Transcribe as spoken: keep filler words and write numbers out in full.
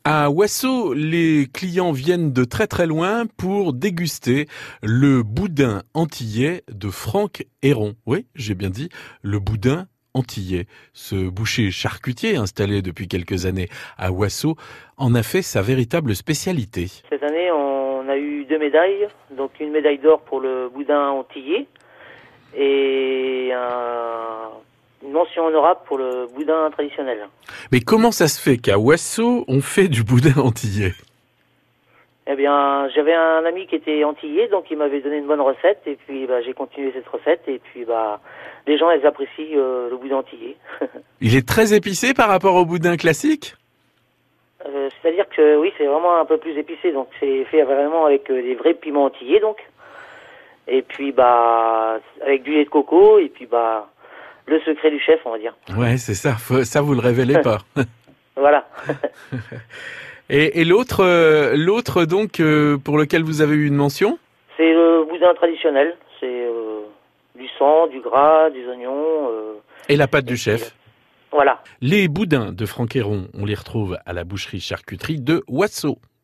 À Wasso, les clients viennent de très très loin pour déguster le boudin antillais de Franck Héron. Oui, j'ai bien dit, le boudin antillais. Ce boucher charcutier installé depuis quelques années à Wasso en a fait sa véritable spécialité. Cette année, on a eu deux médailles. Donc une médaille d'or pour le boudin antillais et un une mention honorable pour le boudin traditionnel. Mais comment ça se fait qu'à Wasso, on fait du boudin antillais ? Eh bien, j'avais un ami qui était antillais, donc il m'avait donné une bonne recette, et puis bah, j'ai continué cette recette, et puis bah, les gens, ils apprécient euh, le boudin antillais. Il est très épicé par rapport au boudin classique ? euh, C'est-à-dire que oui, c'est vraiment un peu plus épicé, donc c'est fait vraiment avec euh, des vrais piments antillais, donc. Et puis bah, avec du lait de coco, et puis bah, le secret du chef, on va dire. Ouais, c'est ça. Faut, ça, vous le révélez pas. Voilà. Et, et l'autre, euh, l'autre donc euh, pour lequel vous avez eu une mention ? C'est le boudin traditionnel. C'est euh, du sang, du gras, des oignons. Euh, et la pâte du chef. Voilà. Les boudins de Franck Héron, on les retrouve à la boucherie charcuterie de Wasso.